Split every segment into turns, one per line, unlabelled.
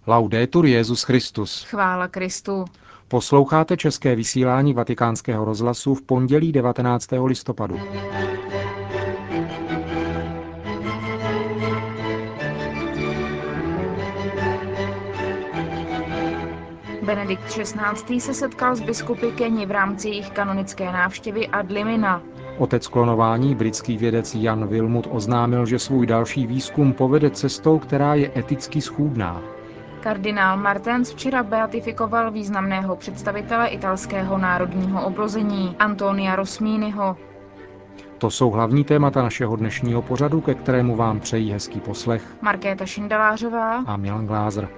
Laudetur Jesus Christus.
Chvála Kristu.
Posloucháte české vysílání Vatikánského rozhlasu v pondělí 19. listopadu.
Benedikt XVI. Se setkal s biskupy Keni v rámci jejich kanonické návštěvy ad limina.
Otec klonování, britský vědec Jan Wilmut, oznámil, že svůj další výzkum povede cestou, která je eticky schůdná.
Kardinál Martens včera beatifikoval významného představitele italského národního obrození Antonia Rosminiho.
To jsou hlavní témata našeho dnešního pořadu, ke kterému vám přejí hezký poslech
Markéta Šindelářová
a Milan Glázer.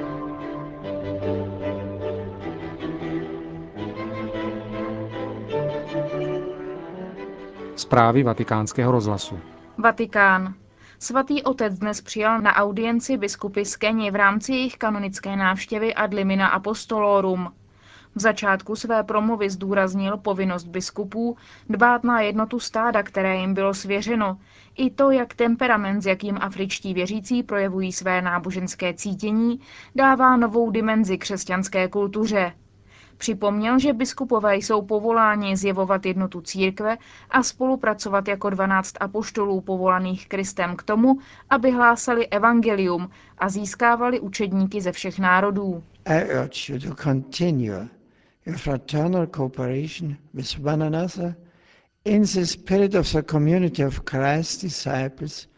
Zprávy Vatikánského rozhlasu.
Vatikán. Svatý otec dnes přijal na audienci biskupy z Keni v rámci jejich kanonické návštěvy ad limina apostolorum. V začátku své promluvy zdůraznil povinnost biskupů dbát na jednotu stáda, které jim bylo svěřeno, i to, jak temperament, s jakým afričtí věřící projevují své náboženské cítění, dává novou dimenzi křesťanské kultuře. Připomněl, že biskupové jsou povoláni zjevovat jednotu církve a spolupracovat jako 12 apoštolů povolaných Kristem k tomu, aby hlásali evangelium a získávali učedníky ze všech národů.
Fraternal cooperation with one another in the spirit of the community of Christ's disciples.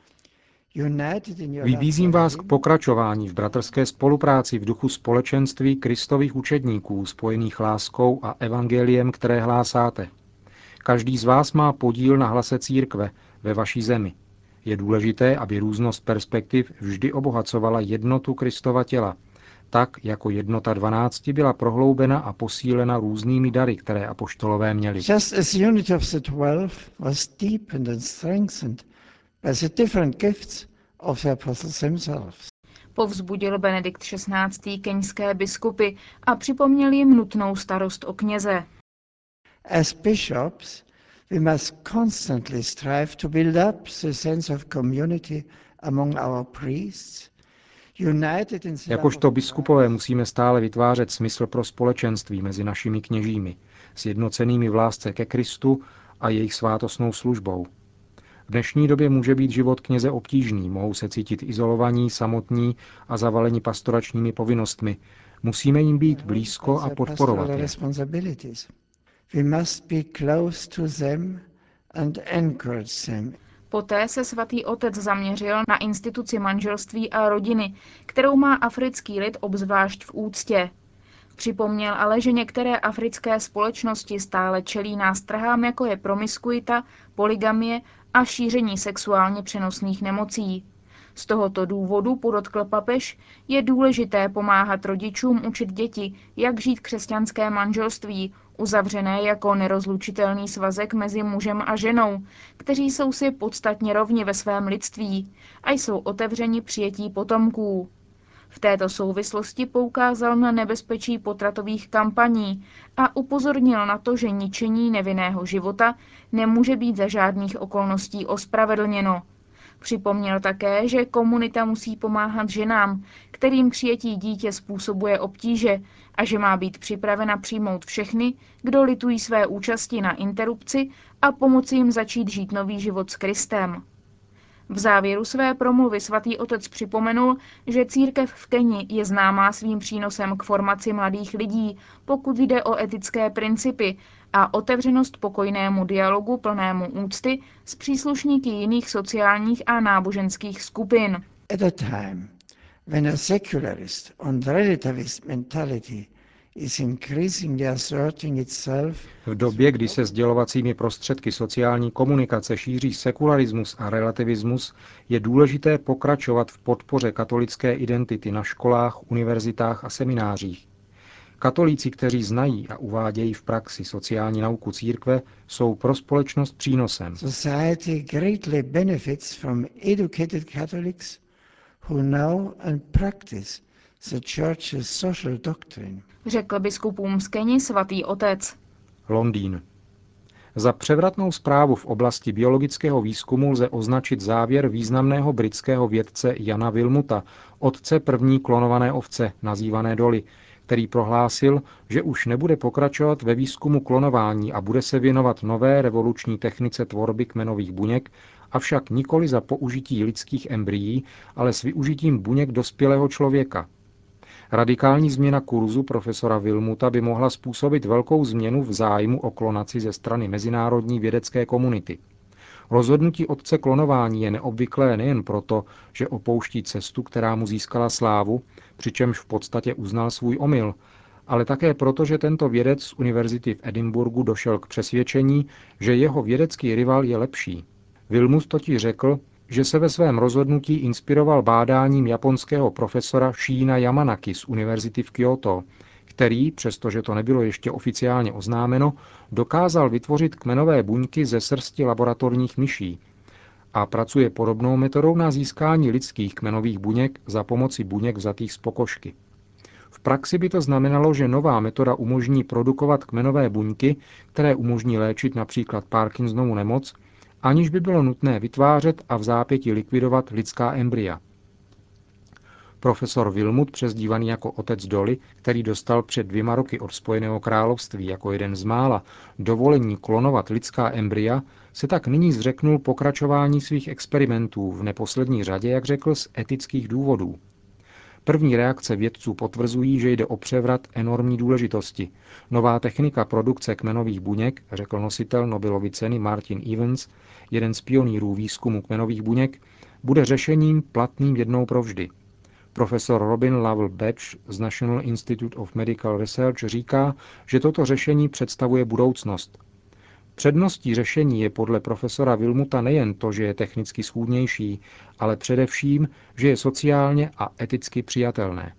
Vybízím vás k pokračování v bratrské spolupráci v duchu společenství Kristových učedníků, spojených láskou a evangeliem, které hlásáte. Každý z vás má podíl na hlase církve ve vaší zemi. Je důležité, aby různost perspektiv vždy obohacovala jednotu Kristova těla, tak jako jednota 12 byla prohloubena a posílena různými dary, které apoštolové měli.
Just as the unity of the 12 was deepened and strengthened by the different gifts of the apostles themselves.
Povzbudil Benedikt XVI. Keňské biskupy a připomněl jim nutnou starost o kněze.
As bishops, we must constantly strive to build up the sense of community among our priests.
Jakožto biskupové musíme stále vytvářet smysl pro společenství mezi našimi kněžími, sjednocenými v lásce ke Kristu a jejich svátostnou službou. V dnešní době může být život kněze obtížný, mohou se cítit izolovaní, samotní a zavaleni pastoračními povinnostmi. Musíme jim být blízko a podporovat je.
We must be close to them and encourage them.
Poté se svatý otec zaměřil na instituci manželství a rodiny, kterou má africký lid obzvlášť v úctě. Připomněl ale, že některé africké společnosti stále čelí nástrahám, jako je promiskuita, polygamie a šíření sexuálně přenosných nemocí. Z tohoto důvodu, podotkl papež, je důležité pomáhat rodičům učit děti, jak žít křesťanské manželství, uzavřené jako nerozlučitelný svazek mezi mužem a ženou, kteří jsou si podstatně rovni ve svém lidství a jsou otevřeni přijetí potomků. V této souvislosti poukázal na nebezpečí potratových kampaní a upozornil na to, že ničení nevinného života nemůže být za žádných okolností ospravedlněno. Připomněl také, že komunita musí pomáhat ženám, kterým přijetí dítě způsobuje obtíže, a že má být připravena přijmout všechny, kdo litují své účasti na interrupci, a pomoci jim začít žít nový život s Kristem. V závěru své promluvy svatý otec připomenul, že církev v Keni je známá svým přínosem k formaci mladých lidí, pokud jde o etické principy a otevřenost pokojnému dialogu plnému úcty s příslušníky jiných sociálních a náboženských skupin.
At a time when a secularist and relativist mentality is increasingly asserting itself.
V době, kdy se sdělovacími prostředky sociální komunikace šíří sekularismus a relativismus, je důležité pokračovat v podpoře katolické identity na školách, univerzitách a seminářích. Katolíci, kteří znají a uvádějí v praxi sociální nauku církve, jsou pro společnost přínosem.
Society greatly benefits from educated Catholics who know and practice the Church's social doctrine.
Řekl biskupům z Keni svatý otec.
Londýn. Za převratnou zprávu v oblasti biologického výzkumu lze označit závěr významného britského vědce Jana Wilmuta, otce první klonované ovce, nazývané Dolly, který prohlásil, že už nebude pokračovat ve výzkumu klonování a bude se věnovat nové revoluční technice tvorby kmenových buněk, avšak nikoli za použití lidských embryí, ale s využitím buněk dospělého člověka. Radikální změna kurzu profesora Wilmuta by mohla způsobit velkou změnu v zájmu o klonaci ze strany mezinárodní vědecké komunity. Rozhodnutí otce klonování je neobvyklé nejen proto, že opouští cestu, která mu získala slávu, přičemž v podstatě uznal svůj omyl, ale také proto, že tento vědec z univerzity v Edinburghu došel k přesvědčení, že jeho vědecký rival je lepší. Wilmut totiž řekl, že se ve svém rozhodnutí inspiroval bádáním japonského profesora Shiina Yamanaki z univerzity v Kyoto, který, přestože to nebylo ještě oficiálně oznámeno, dokázal vytvořit kmenové buňky ze srsti laboratorních myší a pracuje podobnou metodou na získání lidských kmenových buněk za pomoci buněk vzatých z pokožky. V praxi by to znamenalo, že nová metoda umožní produkovat kmenové buňky, které umožní léčit například Parkinsonovu nemoc, aniž by bylo nutné vytvářet a vzápětí likvidovat lidská embrya. Profesor Wilmut, přezdívaný jako otec Dolly, který dostal před 2 roky od Spojeného království jako jeden z mála dovolení klonovat lidská embrya, se tak nyní zřeknul pokračování svých experimentů, v neposlední řadě, jak řekl, z etických důvodů. První reakce vědců potvrzují, že jde o převrat enormní důležitosti. Nová technika produkce kmenových buněk, řekl nositel Nobelovy ceny Martin Evans, jeden z pionýrů výzkumu kmenových buněk, bude řešením platným jednou provždy. Profesor Robin Lovell Batch z National Institute of Medical Research říká, že toto řešení představuje budoucnost. Předností řešení je podle profesora Wilmuta nejen to, že je technicky schůdnější, ale především, že je sociálně a eticky přijatelné.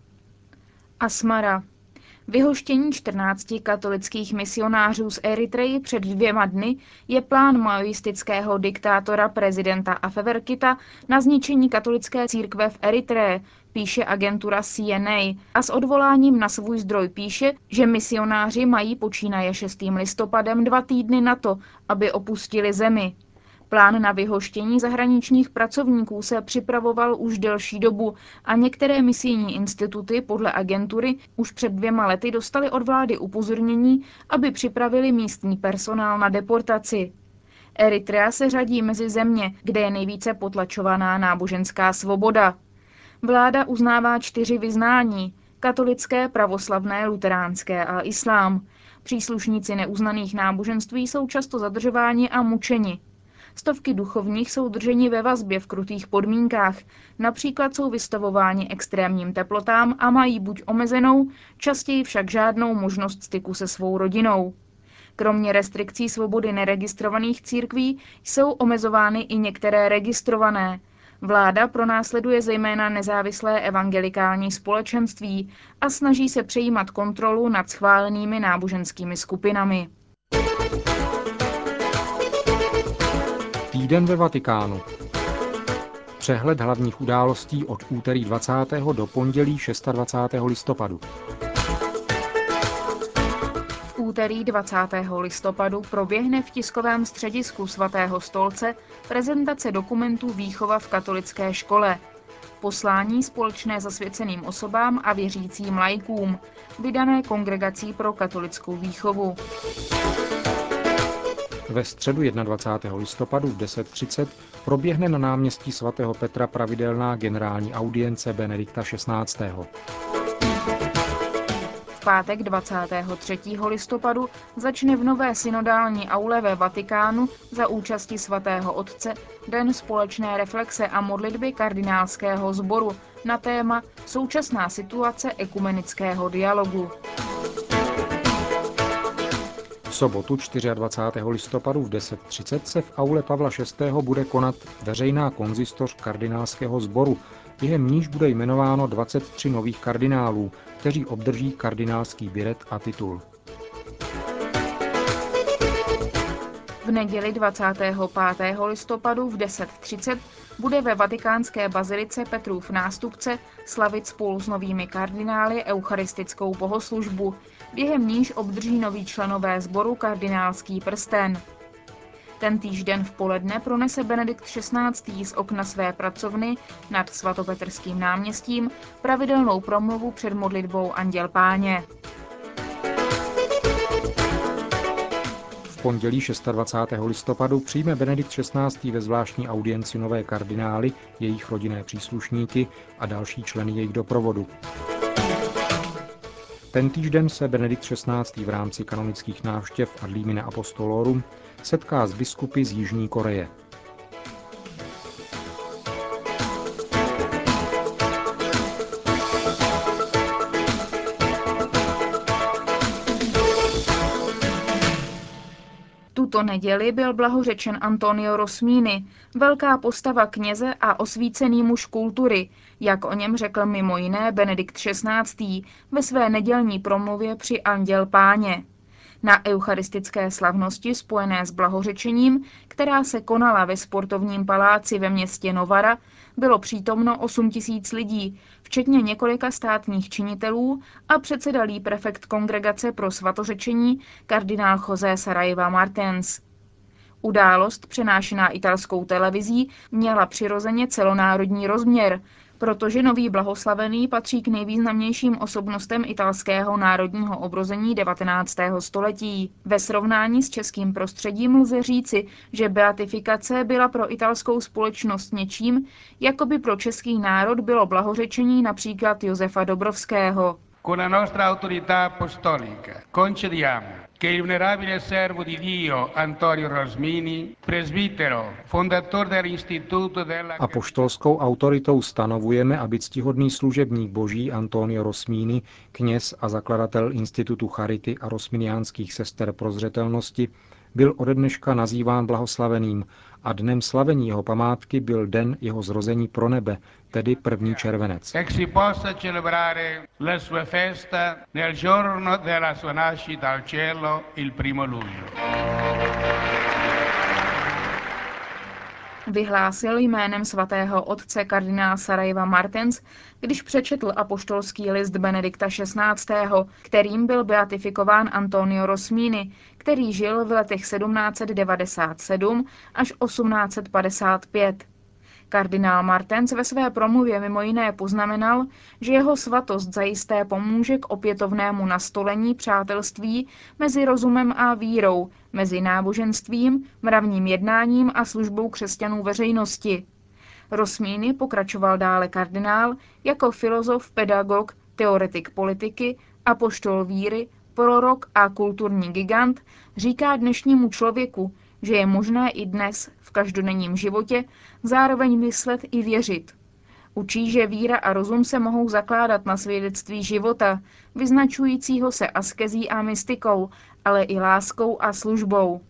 Asmara. Vyhoštění 14 katolických misionářů z Eritreji před 2 dny je plán maoistického diktátora prezidenta Afewerkita na zničení katolické církve v Eritreji, píše agentura CNA a s odvoláním na svůj zdroj píše, že misionáři mají počínaje 6. listopadem 2 týdny na to, aby opustili zemi. Plán na vyhoštění zahraničních pracovníků se připravoval už delší dobu a některé misijní instituty podle agentury už před 2 lety dostaly od vlády upozornění, aby připravili místní personál na deportaci. Eritrea se řadí mezi země, kde je nejvíce potlačovaná náboženská svoboda. Vláda uznává 4 vyznání – katolické, pravoslavné, luteránské a islám. Příslušníci neuznaných náboženství jsou často zadržováni a mučeni. Stovky duchovních jsou drženi ve vazbě v krutých podmínkách, například jsou vystavováni extrémním teplotám a mají buď omezenou, častěji však žádnou možnost styku se svou rodinou. Kromě restrikcí svobody neregistrovaných církví jsou omezovány i některé registrované. Vláda pronásleduje zejména nezávislé evangelikální společenství a snaží se přejímat kontrolu nad schválenými náboženskými skupinami.
Týden ve Vatikánu. Přehled hlavních událostí od úterý 20. do pondělí 26. listopadu.
V úterý 20. listopadu proběhne v tiskovém středisku Svatého stolce prezentace dokumentů Výchova v katolické škole. Poslání společné zasvěceným osobám a věřícím laikům, vydané Kongregací pro katolickou výchovu.
Ve středu 21. listopadu v 10:30 proběhne na náměstí sv. Petra pravidelná generální audience Benedikta XVI.
V pátek 23. listopadu začne v nové synodální aule ve Vatikánu za účasti svatého otce den společné reflexe a modlitby kardinálského sboru na téma Současná situace ekumenického dialogu.
V sobotu 24. listopadu v 10:30 se v aule Pavla VI. Bude konat veřejná konzistoř kardinálského sboru, během níž bude jmenováno 23 nových kardinálů, kteří obdrží kardinálský biret a titul.
V neděli 25. listopadu v 10:30 bude ve vatikánské bazilice Petrův nástupce slavit spolu s novými kardinály eucharistickou bohoslužbu, během níž obdrží noví členové sboru kardinálský prsten. Tentýž den v poledne pronese Benedikt XVI. Z okna své pracovny nad svatopetrským náměstím pravidelnou promluvu před modlitbou Anděl Páně.
V pondělí 26. listopadu přijme Benedikt XVI. Ve zvláštní audienci nové kardinály, jejich rodinné příslušníky a další členy jejich doprovodu. Tentýž den se Benedikt XVI. V rámci kanonických návštěv ad limina apostolorum setká s biskupy z Jižní Koreje.
Tuto neděli byl blahořečen Antonio Rosmini, velká postava kněze a osvícený muž kultury, jak o něm řekl mimo jiné Benedikt XVI. Ve své nedělní promluvě při Anděl Páně. Na eucharistické slavnosti spojené s blahořečením, která se konala ve sportovním paláci ve městě Novara, bylo přítomno 8 000 lidí, včetně několika státních činitelů a předsedalý prefekt Kongregace pro svatořečení kardinál José Saraiva Martens. Událost, přenášená italskou televizí, měla přirozeně celonárodní rozměr, protože nový blahoslavený patří k nejvýznamnějším osobnostem italského národního obrození 19. století. Ve srovnání s českým prostředím lze říci, že beatifikace byla pro italskou společnost něčím, jako by pro český národ bylo blahořečení například Josefa Dobrovského.
Con la nostra autorità apostolica concediamo che il venerabile servo di Dio Antonio Rosmini, presbitero, fondatore dell'Istituto della...
Apoštolskou autoritou stanovujeme, aby ctihodný služebník boží Antonio Rosmini, kněz a zakladatel Institutu Charity a Rosminiánských sester prozřetelnosti, byl ode dneška nazýván blahoslaveným a dnem slavení jeho památky byl den jeho zrození pro nebe, tedy 1. červenec.
Vyhlásil jménem svatého otce kardinál Saraiva Martens, když přečetl apoštolský list Benedikta XVI., kterým byl beatifikován Antonio Rosmini, který žil v letech 1797 až 1855. Kardinál Martens ve své promluvě mimo jiné poznamenal, že jeho svatost zajisté pomůže k opětovnému nastolení přátelství mezi rozumem a vírou, mezi náboženstvím, mravním jednáním a službou křesťanů veřejnosti. Rosmini, pokračoval dále kardinál, jako filozof, pedagog, teoretik politiky, apoštol víry, prorok a kulturní gigant, říká dnešnímu člověku, že je možné i dnes, v každodenním životě, zároveň myslet i věřit. Učí, že víra a rozum se mohou zakládat na svědectví života, vyznačujícího se askezí a mystikou, ale i láskou a službou.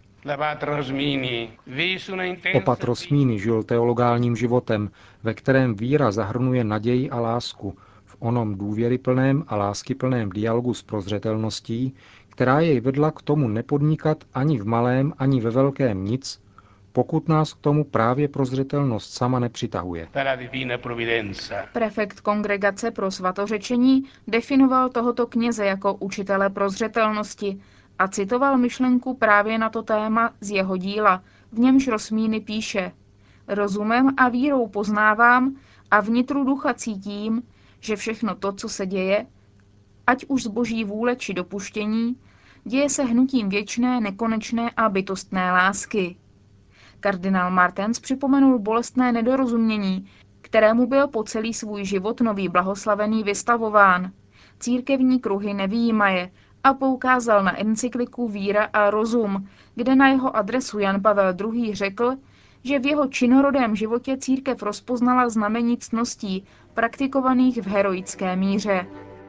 Opat Rosmini žil teologálním životem, ve kterém víra zahrnuje naději a lásku, v onom důvěryplném a láskyplném dialogu s prozřetelností, která jej vedla k tomu nepodnikat ani v malém, ani ve velkém nic, pokud nás k tomu právě prozřetelnost sama nepřitahuje.
Prefekt Kongregace pro svatořečení definoval tohoto kněze jako učitele prozřetelnosti a citoval myšlenku právě na to téma z jeho díla, v němž Rosmini píše: Rozumem a vírou poznávám a vnitru ducha cítím, že všechno to, co se děje, ať už z boží vůle či dopuštění, děje se hnutím věčné, nekonečné a bytostné lásky. Kardinál Martens připomenul bolestné nedorozumění, kterému byl po celý svůj život nový blahoslavený vystavován. Církevní kruhy nevyjímaje a poukázal na encykliku Víra a rozum, kde na jeho adresu Jan Pavel II. Řekl, že v jeho činorodém životě církev rozpoznala znamení ctností praktikovaných v heroické míře.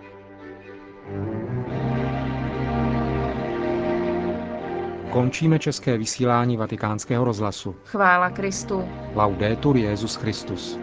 Končíme české vysílání Vatikánského rozhlasu.
Chvála Kristu.
Laudetur Jesus Christus.